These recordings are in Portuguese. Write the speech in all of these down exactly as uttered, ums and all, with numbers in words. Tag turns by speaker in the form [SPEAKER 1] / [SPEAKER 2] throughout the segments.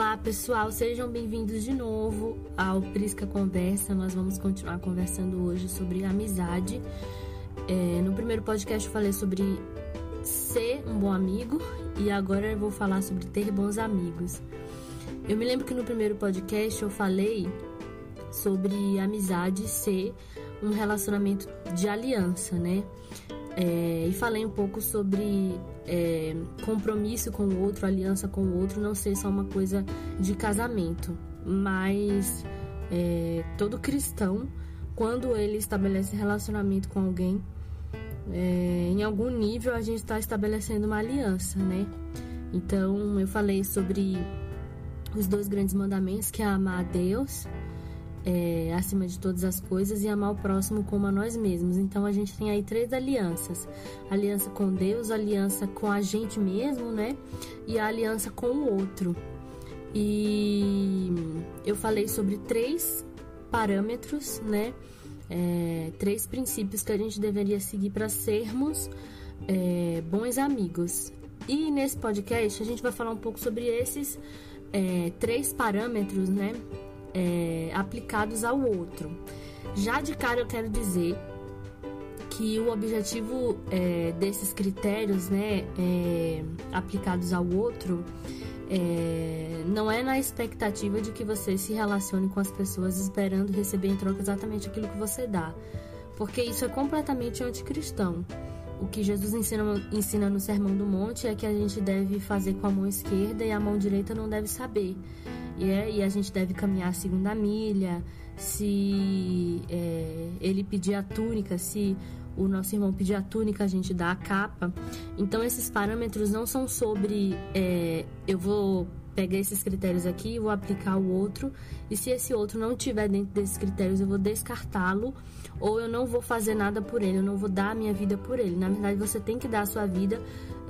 [SPEAKER 1] Olá pessoal, sejam bem-vindos de novo ao Prisca Conversa. Nós vamos continuar conversando hoje sobre amizade. É, no primeiro podcast eu falei sobre ser um bom amigo e agora eu vou falar sobre ter bons amigos. Eu me lembro que no primeiro podcast eu falei sobre amizade ser um relacionamento de aliança, né? É, e falei um pouco sobre é, compromisso com o outro, aliança com o outro, não ser só uma coisa de casamento, mas é, todo cristão, quando ele estabelece relacionamento com alguém, é, em algum nível a gente está estabelecendo uma aliança, né? Então eu falei sobre os dois grandes mandamentos, que é amar a Deus É, acima de todas as coisas e amar o próximo como a nós mesmos. Então a gente tem aí três alianças: aliança com Deus, aliança com a gente mesmo, né? E a aliança com o outro. E eu falei sobre três parâmetros, né? É, três princípios que a gente deveria seguir para sermos é, bons amigos. E nesse podcast a gente vai falar um pouco sobre esses é, três parâmetros, né? É, aplicados ao outro. Já de cara eu quero dizer que o objetivo é, desses critérios, né, é, aplicados ao outro, é, não é na expectativa de que você se relacione com as pessoas esperando receber em troca exatamente aquilo que você dá, porque isso é completamente anticristão. O que Jesus ensina, ensina no Sermão do Monte é que a gente deve fazer com a mão esquerda e a mão direita não deve saber. E, é, e a gente deve caminhar a segunda milha. Se é, ele pedir a túnica, se o nosso irmão pedir a túnica, a gente dá a capa. Então esses parâmetros não são sobre é, eu vou pegar esses critérios aqui e vou aplicar o outro, e se esse outro não estiver dentro desses critérios eu vou descartá-lo, ou eu não vou fazer nada por ele, eu não vou dar a minha vida por ele. Na verdade você tem que dar a sua vida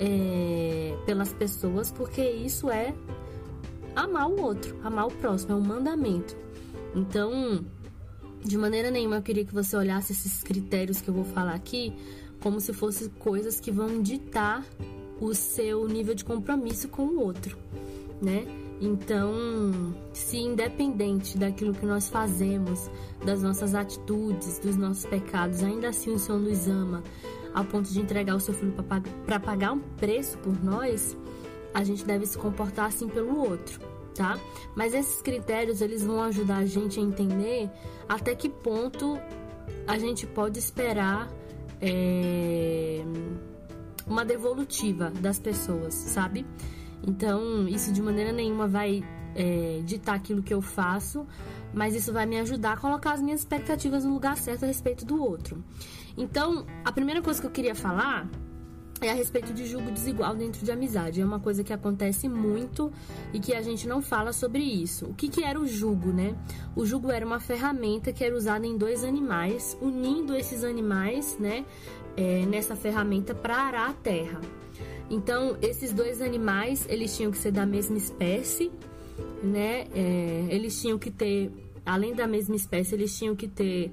[SPEAKER 1] é, pelas pessoas, porque isso é amar o outro, amar o próximo, é um mandamento. Então, de maneira nenhuma eu queria que você olhasse esses critérios que eu vou falar aqui como se fossem coisas que vão ditar o seu nível de compromisso com o outro, né? Então, se independente daquilo que nós fazemos, das nossas atitudes, dos nossos pecados, ainda assim o Senhor nos ama ao ponto de entregar o seu filho para pagar um preço por nós, a gente deve se comportar assim pelo outro, tá? Mas esses critérios, eles vão ajudar a gente a entender até que ponto a gente pode esperar é, uma devolutiva das pessoas, sabe? Então, isso de maneira nenhuma vai é, ditar aquilo que eu faço, mas isso vai me ajudar a colocar as minhas expectativas no lugar certo a respeito do outro. Então, a primeira coisa que eu queria falar é a respeito de julgo desigual dentro de amizade. É uma coisa que acontece muito e que a gente não fala sobre isso. O que que era o jugo, né? O jugo era uma ferramenta que era usada em dois animais, unindo esses animais, né, é, nessa ferramenta para arar a terra. Então, esses dois animais, eles tinham que ser da mesma espécie, né? É, eles tinham que ter, além da mesma espécie, eles tinham que ter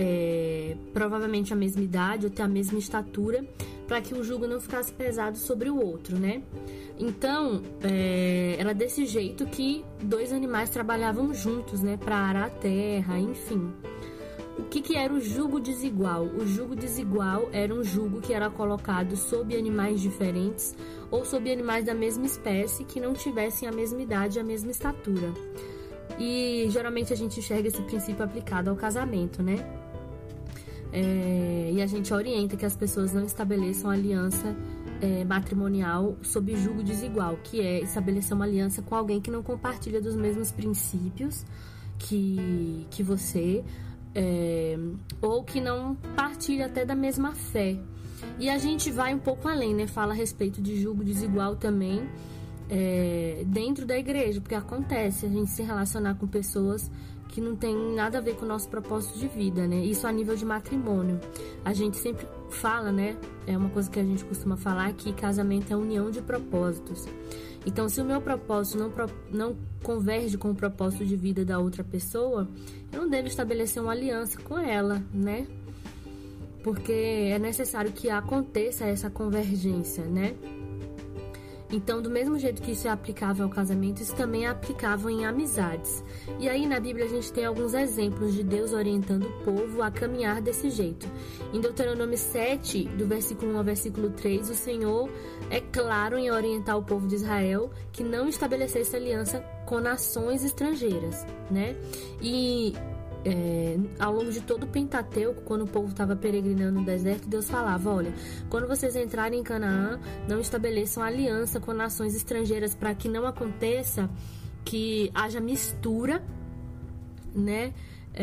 [SPEAKER 1] é, provavelmente a mesma idade ou ter a mesma estatura, para que o jugo não ficasse pesado sobre o outro, né? Então, é, era desse jeito que dois animais trabalhavam juntos, né? Para arar a terra, enfim. O que que era o jugo desigual? O jugo desigual era um jugo que era colocado sobre animais diferentes ou sobre animais da mesma espécie que não tivessem a mesma idade e a mesma estatura. E geralmente a gente enxerga esse princípio aplicado ao casamento, né? É, e a gente orienta que as pessoas não estabeleçam aliança é, matrimonial sob jugo desigual, que é estabelecer uma aliança com alguém que não compartilha dos mesmos princípios que, que você, é, ou que não partilha até da mesma fé. E a gente vai um pouco além, né? Fala a respeito de jugo desigual também é, dentro da igreja, porque acontece a gente se relacionar com pessoas que não tem nada a ver com o nosso propósito de vida, né? Isso a nível de matrimônio. A gente sempre fala, né? É uma coisa que a gente costuma falar, que casamento é união de propósitos. Então, se o meu propósito não, não converge com o propósito de vida da outra pessoa, eu não devo estabelecer uma aliança com ela, né? Porque é necessário que aconteça essa convergência, né? Então, do mesmo jeito que isso é aplicável ao casamento, isso também é aplicável em amizades. E aí, na Bíblia, a gente tem alguns exemplos de Deus orientando o povo a caminhar desse jeito. Em Deuteronômio sete, do versículo um ao versículo três, o Senhor é claro em orientar o povo de Israel que não estabelecesse aliança com nações estrangeiras, né? E... É, ao longo de todo o Pentateuco, quando o povo estava peregrinando no deserto, Deus falava: olha, quando vocês entrarem em Canaã, não estabeleçam aliança com nações estrangeiras, para que não aconteça que haja mistura, né,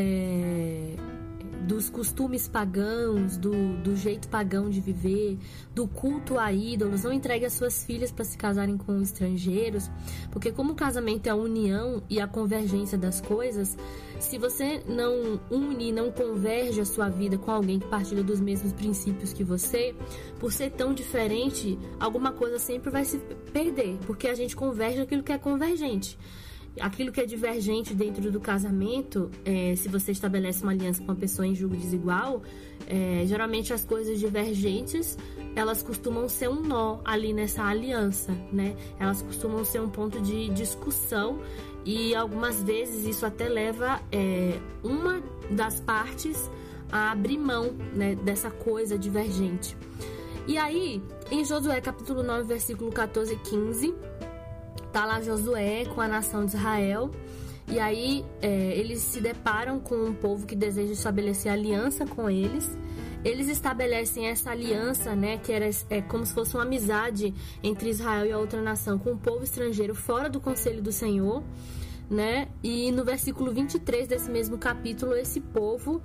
[SPEAKER 1] é, dos costumes pagãos, do, do jeito pagão de viver, do culto a ídolos. Não entregue as suas filhas para se casarem com estrangeiros, porque como o casamento é a união e a convergência das coisas, se você não une, não converge a sua vida com alguém que partilha dos mesmos princípios que você, por ser tão diferente, alguma coisa sempre vai se perder, porque a gente converge aquilo que é convergente. Aquilo que é divergente dentro do casamento, é, se você estabelece uma aliança com uma pessoa em julgo desigual, é, geralmente as coisas divergentes, elas costumam ser um nó ali nessa aliança, né? Elas costumam ser um ponto de discussão e algumas vezes isso até leva é, uma das partes a abrir mão, né, dessa coisa divergente. E aí, em Josué capítulo nove, versículo catorze e quinze... tá lá Josué com a nação de Israel, e aí é, eles se deparam com um povo que deseja estabelecer aliança com eles. Eles estabelecem essa aliança, né, que era é, como se fosse uma amizade entre Israel e a outra nação, com um povo estrangeiro fora do conselho do Senhor, né? E no versículo vinte e três desse mesmo capítulo, esse povo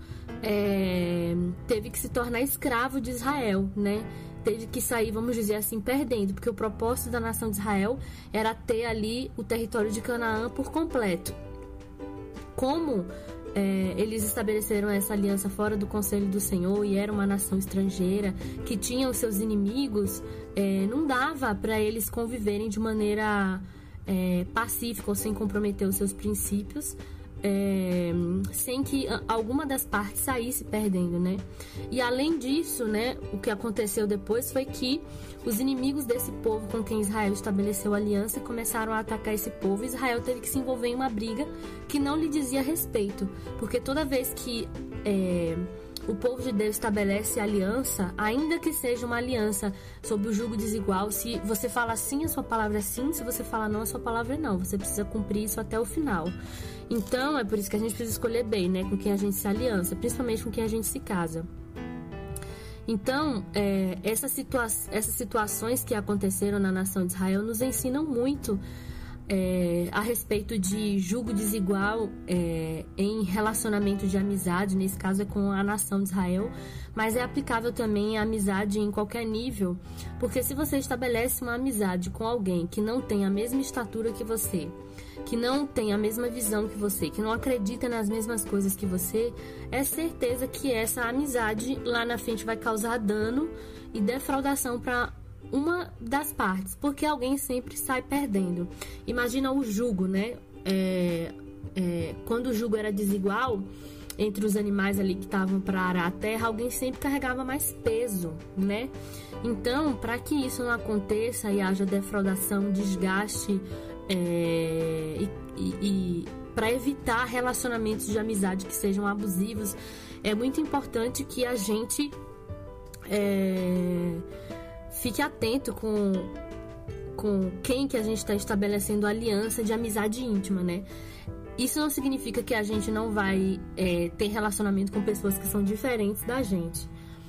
[SPEAKER 1] é, teve que se tornar escravo de Israel, né? Teve que sair, vamos dizer assim, perdendo, porque o propósito da nação de Israel era ter ali o território de Canaã por completo. Como é, eles estabeleceram essa aliança fora do conselho do Senhor e era uma nação estrangeira que tinha os seus inimigos, é, não dava para eles conviverem de maneira é, pacífica ou sem comprometer os seus princípios, É, sem que alguma das partes saísse perdendo, né? E além disso, né, o que aconteceu depois foi que os inimigos desse povo com quem Israel estabeleceu aliança começaram a atacar esse povo. Israel teve que se envolver em uma briga que não lhe dizia respeito, porque toda vez que é, o povo de Deus estabelece aliança, ainda que seja uma aliança sob o jugo desigual, se você fala sim, a sua palavra é sim, se você fala não, a sua palavra é não. Você precisa cumprir isso até o final. Então, é por isso que a gente precisa escolher bem, né, com quem a gente se aliança, principalmente com quem a gente se casa. Então, é, essa situa- essas situações que aconteceram na nação de Israel nos ensinam muito é, a respeito de julgo desigual é, em relacionamento de amizade, nesse caso é com a nação de Israel, mas é aplicável também a amizade em qualquer nível, porque se você estabelece uma amizade com alguém que não tem a mesma estatura que você, que não tem a mesma visão que você, que não acredita nas mesmas coisas que você, é certeza que essa amizade lá na frente vai causar dano e defraudação para uma das partes, porque alguém sempre sai perdendo. Imagina o jugo, né? É, é, quando o jugo era desigual entre os animais ali que estavam para arar a terra, alguém sempre carregava mais peso, né? Então, para que isso não aconteça e haja defraudação, desgaste, é, e, e, e para evitar relacionamentos de amizade que sejam abusivos, é muito importante que a gente é, fique atento com, com quem que a gente está estabelecendo aliança de amizade íntima, né? Isso não significa que a gente não vai é, ter relacionamento com pessoas que são diferentes da gente,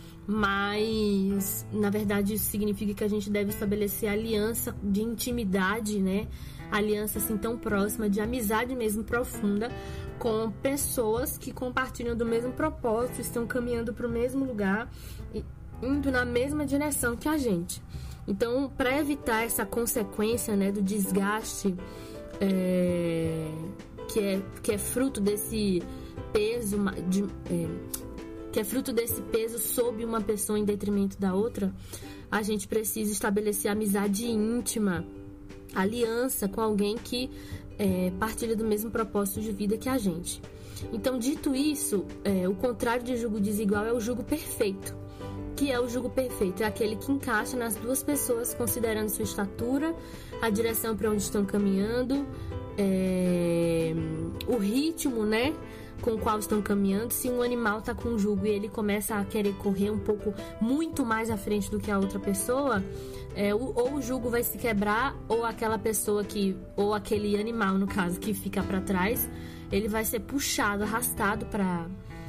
[SPEAKER 1] mas na verdade isso significa que a gente deve estabelecer aliança de intimidade, né? Aliança assim tão próxima, de amizade mesmo profunda, com pessoas que compartilham do mesmo propósito, estão caminhando para o mesmo lugar e indo na mesma direção que a gente. Então, para evitar essa consequência, né, do desgaste é, que, é, que é fruto desse peso de, é, que é fruto desse peso sob uma pessoa em detrimento da outra, a gente precisa estabelecer amizade íntima, aliança com alguém que é, partilha do mesmo propósito de vida que a gente. Então, dito isso, é, o contrário de jugo desigual é o jugo perfeito, que é o jugo perfeito? É aquele que encaixa nas duas pessoas, considerando sua estatura, a direção para onde estão caminhando, é, o ritmo, né, com o qual estão caminhando. Se um animal está com um jugo e ele começa a querer correr um pouco, muito mais à frente do que a outra pessoa, é, ou o jugo vai se quebrar, ou aquela pessoa que, ou aquele animal, no caso, que fica para trás, ele vai ser puxado, arrastado para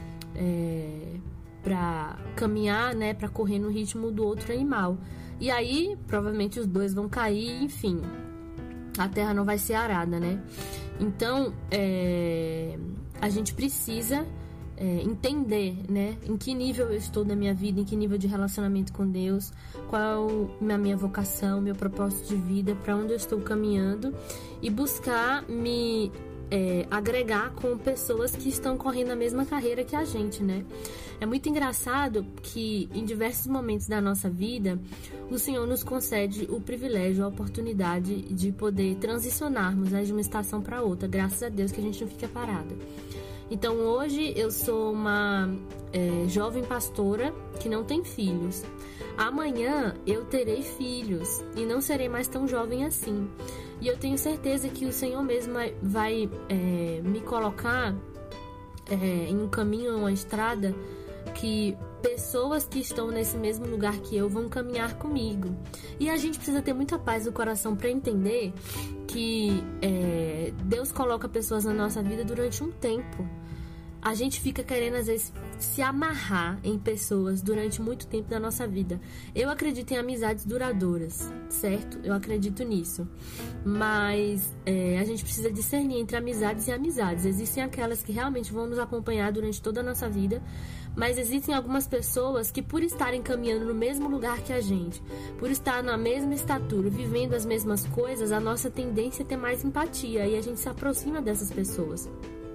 [SPEAKER 1] é, para caminhar, né, para correr no ritmo do outro animal. E aí, provavelmente os dois vão cair, enfim, a terra não vai ser arada, né? Então, é, a gente precisa é, entender, né, em que nível eu estou na minha vida, em que nível de relacionamento com Deus, qual é a minha vocação, meu propósito de vida, para onde eu estou caminhando, e buscar me é, agregar com pessoas que estão correndo a mesma carreira que a gente, né? É muito engraçado que em diversos momentos da nossa vida o Senhor nos concede o privilégio, a oportunidade de poder transicionarmos, né, de uma estação para outra. Graças a Deus que a gente não fica parada. Então hoje eu sou uma é, jovem pastora que não tem filhos. Amanhã eu terei filhos e não serei mais tão jovem assim. E eu tenho certeza que o Senhor mesmo vai, vai é, me colocar é, em um caminho, uma estrada, que pessoas que estão nesse mesmo lugar que eu vão caminhar comigo. E a gente precisa ter muita paz no coração para entender que é, Deus coloca pessoas na nossa vida durante um tempo. A gente fica querendo, às vezes, se amarrar em pessoas durante muito tempo da nossa vida. Eu acredito em amizades duradouras, certo? Eu acredito nisso. Mas é, a gente precisa discernir entre amizades e amizades. Existem aquelas que realmente vão nos acompanhar durante toda a nossa vida, mas existem algumas pessoas que, por estarem caminhando no mesmo lugar que a gente, por estar na mesma estatura, vivendo as mesmas coisas, a nossa tendência é ter mais empatia, e a gente se aproxima dessas pessoas.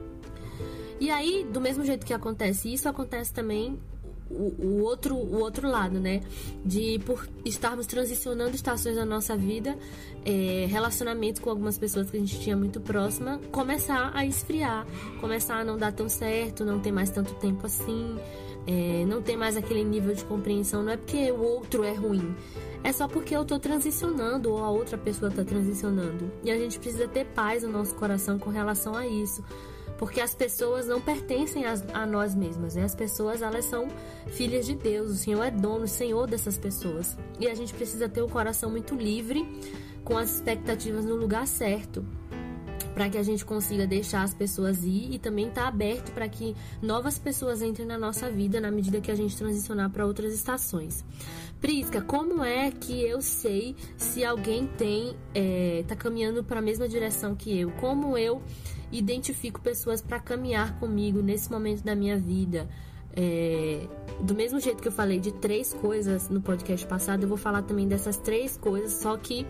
[SPEAKER 1] E aí, do mesmo jeito que acontece isso, acontece também o, o, outro, o outro lado, né? De, por estarmos transicionando estações da nossa vida, é, relacionamento com algumas pessoas que a gente tinha muito próxima, começar a esfriar, começar a não dar tão certo, não ter mais tanto tempo assim, é, não ter mais aquele nível de compreensão. Não é porque o outro é ruim, é só porque eu tô transicionando, ou a outra pessoa tá transicionando. E a gente precisa ter paz no nosso coração com relação a isso. Porque as pessoas não pertencem a, a nós mesmas, né? As pessoas, elas são filhas de Deus. O Senhor é dono, o Senhor dessas pessoas. E a gente precisa ter o coração muito livre, com as expectativas no lugar certo, para que a gente consiga deixar as pessoas ir e também estar aberto para que novas pessoas entrem na nossa vida na medida que a gente transicionar para outras estações. Prisca, como é que eu sei se alguém tem é, tá caminhando para a mesma direção que eu? Como eu identifico pessoas para caminhar comigo nesse momento da minha vida? É, do mesmo jeito que eu falei de três coisas no podcast passado, eu vou falar também dessas três coisas, só que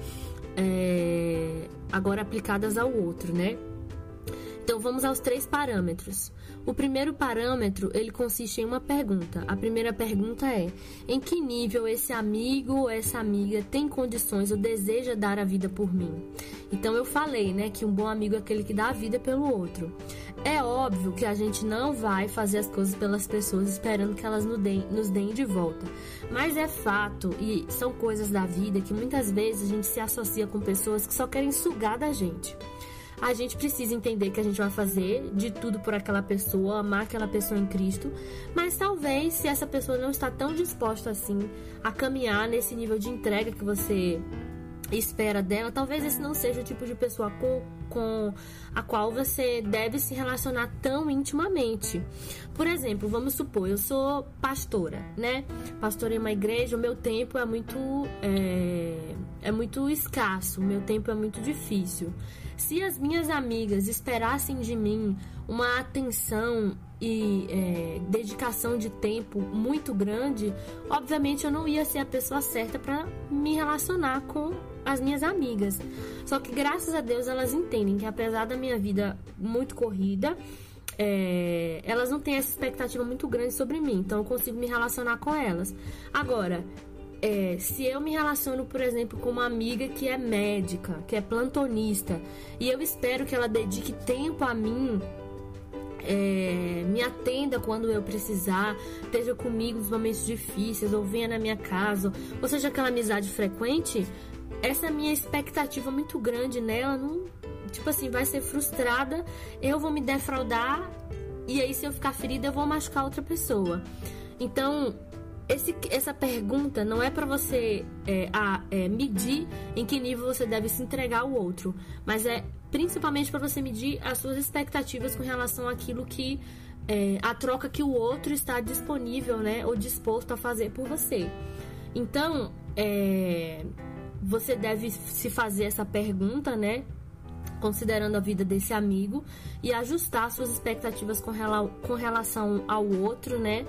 [SPEAKER 1] é, agora aplicadas ao outro, né? Então vamos aos três parâmetros. O primeiro parâmetro, ele consiste em uma pergunta. A primeira pergunta é: em que nível esse amigo ou essa amiga tem condições ou deseja dar a vida por mim? Então eu falei, né, que um bom amigo é aquele que dá a vida pelo outro. É óbvio que a gente não vai fazer as coisas pelas pessoas esperando que elas nos deem, nos deem de volta. Mas é fato, e são coisas da vida, que muitas vezes a gente se associa com pessoas que só querem sugar da gente. A gente precisa entender que a gente vai fazer de tudo por aquela pessoa, amar aquela pessoa em Cristo, mas talvez, se essa pessoa não está tão disposta assim a caminhar nesse nível de entrega que você espera dela, talvez esse não seja o tipo de pessoa com, com a qual você deve se relacionar tão intimamente. Por exemplo, vamos supor, eu sou pastora, né? Pastora em uma igreja, o meu tempo é muito, é, é muito escasso, o meu tempo é muito difícil. Se as minhas amigas esperassem de mim uma atenção e é, dedicação de tempo muito grande, obviamente eu não ia ser a pessoa certa para me relacionar com as minhas amigas. Só que graças a Deus elas entendem que, apesar da minha vida muito corrida, é, elas não têm essa expectativa muito grande sobre mim, então eu consigo me relacionar com elas. Agora, É, se eu me relaciono, por exemplo, com uma amiga que é médica, que é plantonista, e eu espero que ela dedique tempo a mim, é, me atenda quando eu precisar, esteja comigo nos momentos difíceis, ou venha na minha casa, ou seja, aquela amizade frequente, essa minha expectativa muito grande nela, não, tipo assim, vai ser frustrada, eu vou me defraudar, e aí se eu ficar ferida eu vou machucar outra pessoa. Então, esse, essa pergunta não é para você é, a, é, medir em que nível você deve se entregar ao outro, mas é principalmente para você medir as suas expectativas com relação àquilo que é, a troca que o outro está disponível, né, ou disposto a fazer por você. Então, é, você deve se fazer essa pergunta, né, considerando a vida desse amigo, e ajustar suas expectativas com, rela, com relação ao outro, né,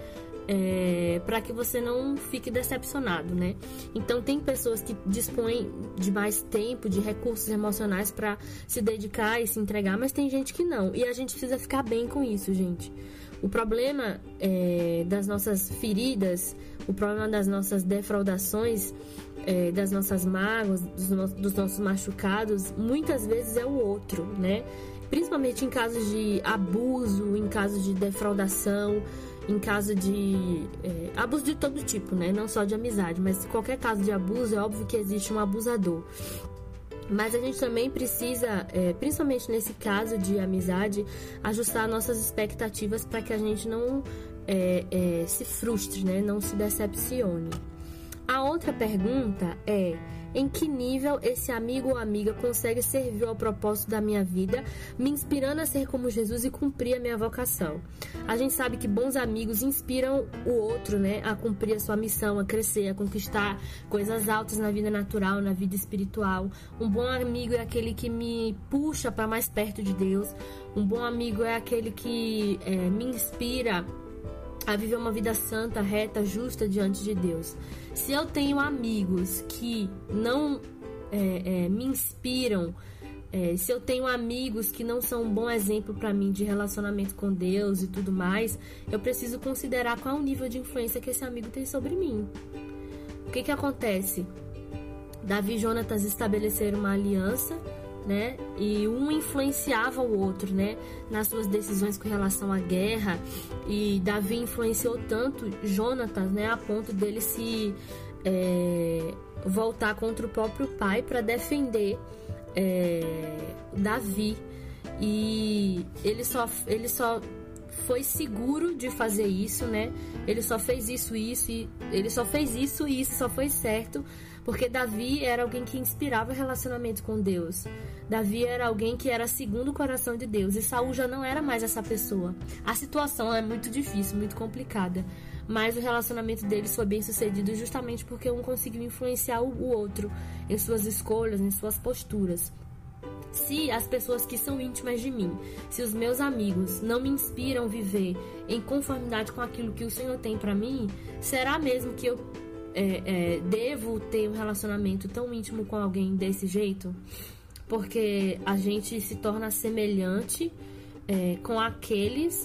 [SPEAKER 1] É, para que você não fique decepcionado, né? Então tem pessoas que dispõem de mais tempo, de recursos emocionais para se dedicar e se entregar, mas tem gente que não, e a gente precisa ficar bem com isso, gente. O problema é, das nossas feridas, o problema das nossas defraudações, é, das nossas mágoas, dos, no, dos nossos machucados, muitas vezes é o outro, né? Principalmente em casos de abuso, em casos de defraudação, em caso de é, abuso de todo tipo, né? Não só de amizade, mas qualquer caso de abuso, é óbvio que existe um abusador. Mas a gente também precisa, é, principalmente nesse caso de amizade, ajustar nossas expectativas para que a gente não é, é, se frustre, né? Não se decepcione. A outra pergunta é: em que nível esse amigo ou amiga consegue servir ao propósito da minha vida, me inspirando a ser como Jesus e cumprir a minha vocação? A gente sabe que bons amigos inspiram o outro, né, a cumprir a sua missão, a crescer, a conquistar coisas altas na vida natural, na vida espiritual. Um bom amigo é aquele que me puxa para mais perto de Deus. Um bom amigo é aquele que é, me inspira a viver uma vida santa, reta, justa diante de Deus. Se eu tenho amigos que não é, é, me inspiram, é, se eu tenho amigos que não são um bom exemplo para mim de relacionamento com Deus e tudo mais, eu preciso considerar qual é o nível de influência que esse amigo tem sobre mim. O que que acontece? Davi e Jonatas estabeleceram uma aliança, né? E um influenciava o outro, né, nas suas decisões com relação à guerra. E Davi influenciou tanto Jonatas, né, a ponto dele se é, voltar contra o próprio pai para defender é, Davi. E ele só, ele só foi seguro de fazer isso, né? Ele só fez isso, isso e ele só fez isso e isso só foi certo porque Davi era alguém que inspirava relacionamento com Deus. Davi era alguém que era segundo o coração de Deus, e Saul já não era mais essa pessoa. A situação é muito difícil, muito complicada, mas o relacionamento deles foi bem sucedido justamente porque um conseguiu influenciar o outro em suas escolhas, em suas posturas. Se as pessoas que são íntimas de mim, se os meus amigos não me inspiram a viver em conformidade com aquilo que o Senhor tem para mim, será mesmo que eu é, é, devo ter um relacionamento tão íntimo com alguém desse jeito? Porque a gente se torna semelhante é, com aqueles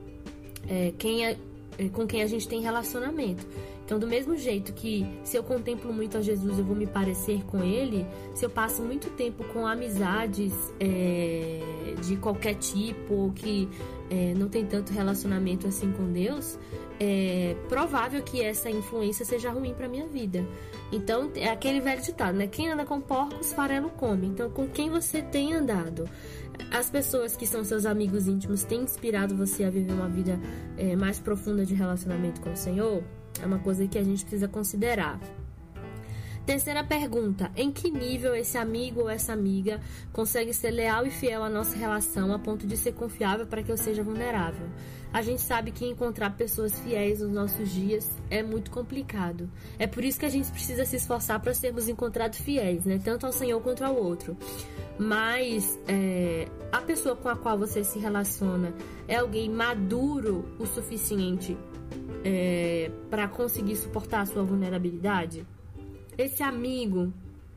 [SPEAKER 1] é, quem é, é, com quem a gente tem relacionamento. Então, do mesmo jeito que se eu contemplo muito a Jesus, eu vou me parecer com Ele, se eu passo muito tempo com amizades é, de qualquer tipo, ou que é, não tem tanto relacionamento assim com Deus, é provável que essa influência seja ruim para minha vida. Então, é aquele velho ditado, né? Quem anda com porcos, farelo come. Então, com quem você tem andado? As pessoas que são seus amigos íntimos têm inspirado você a viver uma vida é, mais profunda de relacionamento com o Senhor? É uma coisa que a gente precisa considerar. Terceira pergunta: em que nível esse amigo ou essa amiga consegue ser leal e fiel à nossa relação a ponto de ser confiável para que eu seja vulnerável? A gente sabe que encontrar pessoas fiéis nos nossos dias é muito complicado. É por isso que a gente precisa se esforçar para sermos encontrados fiéis, né? Tanto ao Senhor quanto ao outro. Mas é, a pessoa com a qual você se relaciona é alguém maduro o suficiente é, para conseguir suportar a sua vulnerabilidade? Esse amigo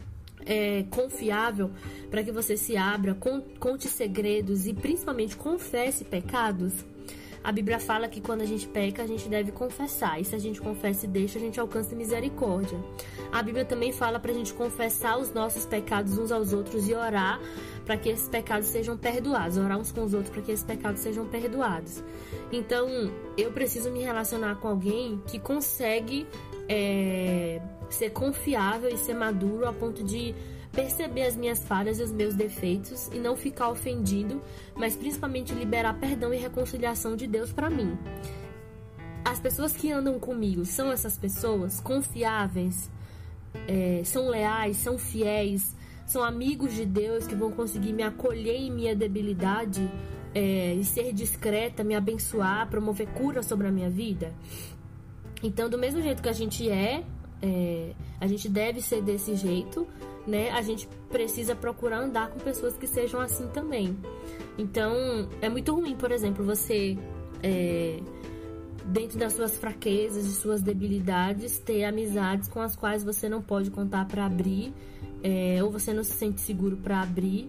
[SPEAKER 1] é confiável para que você se abra, conte segredos e principalmente confesse pecados? A Bíblia fala que quando a gente peca, a gente deve confessar. E se a gente confessa e deixa, a gente alcança misericórdia. A Bíblia também fala pra gente confessar os nossos pecados uns aos outros e orar para que esses pecados sejam perdoados. Orar uns com os outros para que esses pecados sejam perdoados. Então, eu preciso me relacionar com alguém que consegue é, ser confiável e ser maduro a ponto de perceber as minhas falhas e os meus defeitos e não ficar ofendido, mas principalmente liberar perdão e reconciliação de Deus para mim. As pessoas que andam comigo são essas pessoas confiáveis, é, são leais, são fiéis, são amigos de Deus que vão conseguir me acolher em minha debilidade é, e ser discreta, me abençoar, promover cura sobre a minha vida. Então, do mesmo jeito que a gente é, é a gente deve ser desse jeito, né? A gente precisa procurar andar com pessoas que sejam assim também. Então, é muito ruim, por exemplo, você, é, dentro das suas fraquezas e suas debilidades, ter amizades com as quais você não pode contar para abrir, é, ou você não se sente seguro para abrir,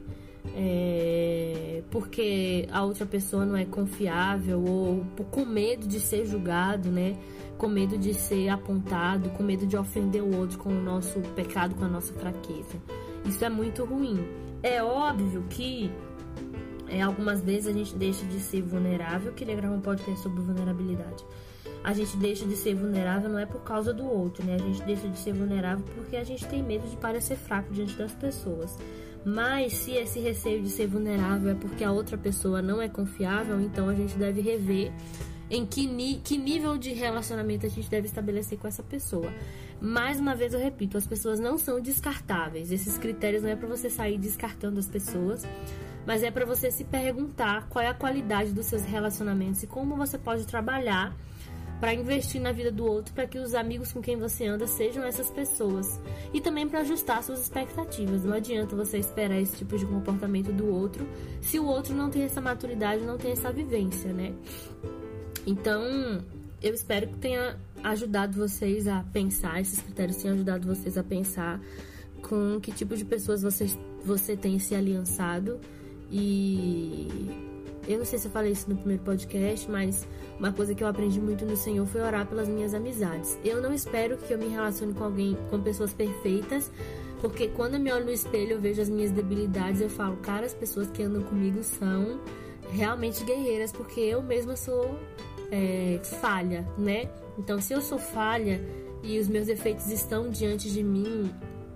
[SPEAKER 1] é, porque a outra pessoa não é confiável, ou com medo de ser julgado, né? Com medo de ser apontado, com medo de ofender o outro com o nosso pecado, com a nossa fraqueza. Isso é muito ruim. É óbvio que é, algumas vezes a gente deixa de ser vulnerável. Eu queria gravar um podcast sobre vulnerabilidade. A gente deixa de ser vulnerável não é por causa do outro, né? A gente deixa de ser vulnerável porque a gente tem medo de parecer fraco diante das pessoas. Mas se esse receio de ser vulnerável é porque a outra pessoa não é confiável, então a gente deve rever em que, ni- que nível de relacionamento a gente deve estabelecer com essa pessoa. Mais uma vez eu repito, as pessoas não são descartáveis. Esses critérios não é para você sair descartando as pessoas, mas é para você se perguntar qual é a qualidade dos seus relacionamentos e como você pode trabalhar para investir na vida do outro, para que os amigos com quem você anda sejam essas pessoas. E também para ajustar suas expectativas. Não adianta você esperar esse tipo de comportamento do outro se o outro não tem essa maturidade, não tem essa vivência, né? Então, eu espero que tenha ajudado vocês a pensar, esses critérios tenham ajudado vocês a pensar com que tipo de pessoas você, você tem se aliançado. E eu não sei se eu falei isso no primeiro podcast, mas uma coisa que eu aprendi muito no Senhor foi orar pelas minhas amizades. Eu não espero que eu me relacione com alguém, com pessoas perfeitas, porque quando eu me olho no espelho eu vejo as minhas debilidades, eu falo, cara, as pessoas que andam comigo são realmente guerreiras, porque eu mesma sou é, falha, né? Então, se eu sou falha e os meus defeitos estão diante de mim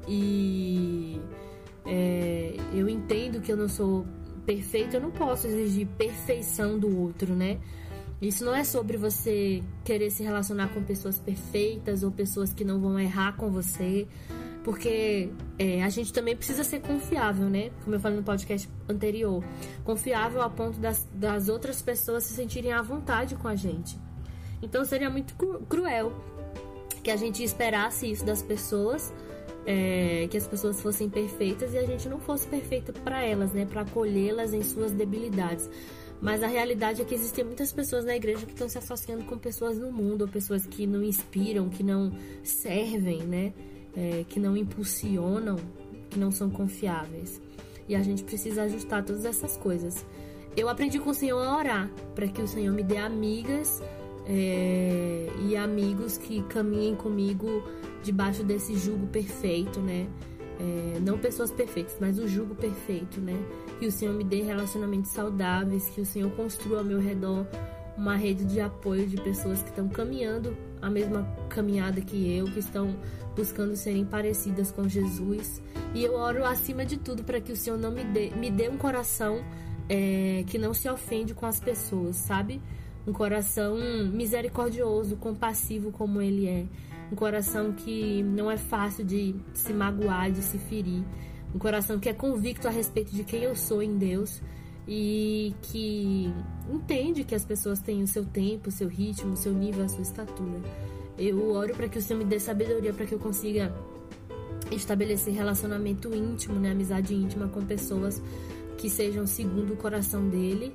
[SPEAKER 1] e é, eu entendo que eu não sou perfeito, eu não posso exigir perfeição do outro, né? Isso não é sobre você querer se relacionar com pessoas perfeitas ou pessoas que não vão errar com você, porque é, a gente também precisa ser confiável, né? Como eu falei no podcast anterior, confiável a ponto das, das outras pessoas se sentirem à vontade com a gente. Então seria muito cru- cruel que a gente esperasse isso das pessoas, é, que as pessoas fossem perfeitas e a gente não fosse perfeito para elas, né? Para acolhê-las em suas debilidades. Mas a realidade é que existem muitas pessoas na igreja que estão se associando com pessoas no mundo, ou pessoas que não inspiram, que não servem, né? É, que não impulsionam, que não são confiáveis. E a gente precisa ajustar todas essas coisas. Eu aprendi com o Senhor a orar, para que o Senhor me dê amigas é, e amigos que caminhem comigo debaixo desse jugo perfeito, né? É, não pessoas perfeitas, mas o jugo perfeito, né? Que o Senhor me dê relacionamentos saudáveis, que o Senhor construa ao meu redor uma rede de apoio de pessoas que estão caminhando a mesma caminhada que eu, que estão buscando serem parecidas com Jesus. E eu oro acima de tudo para que o Senhor não me dê, me dê um coração é, que não se ofende com as pessoas, sabe? Um coração misericordioso, compassivo como Ele é. Um coração que não é fácil de se magoar, de se ferir. Um coração que é convicto a respeito de quem eu sou em Deus e que entende que as pessoas têm o seu tempo, o seu ritmo, o seu nível, a sua estatura. Eu oro para que o Senhor me dê sabedoria para que eu consiga estabelecer relacionamento íntimo, né, amizade íntima com pessoas que sejam segundo o coração dele.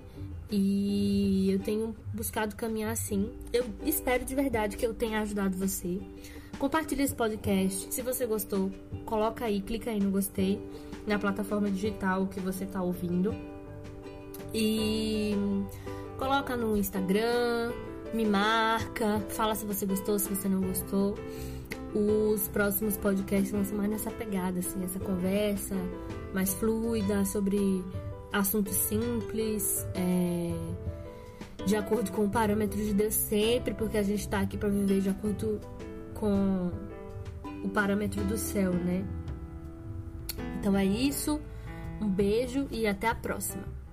[SPEAKER 1] E eu tenho buscado caminhar assim. Eu espero de verdade que eu tenha ajudado você. Compartilhe esse podcast. Se você gostou, coloca aí, clica aí no gostei na plataforma digital que você está ouvindo. E Coloca no Instagram, me marca, fala se você gostou, se você não gostou. Os próximos podcasts vão ser mais nessa pegada, assim, essa conversa mais fluida sobre assuntos simples, é, de acordo com o parâmetro de Deus sempre, porque a gente tá aqui para viver de acordo com o parâmetro do céu, né? Então é isso, um beijo e até a próxima.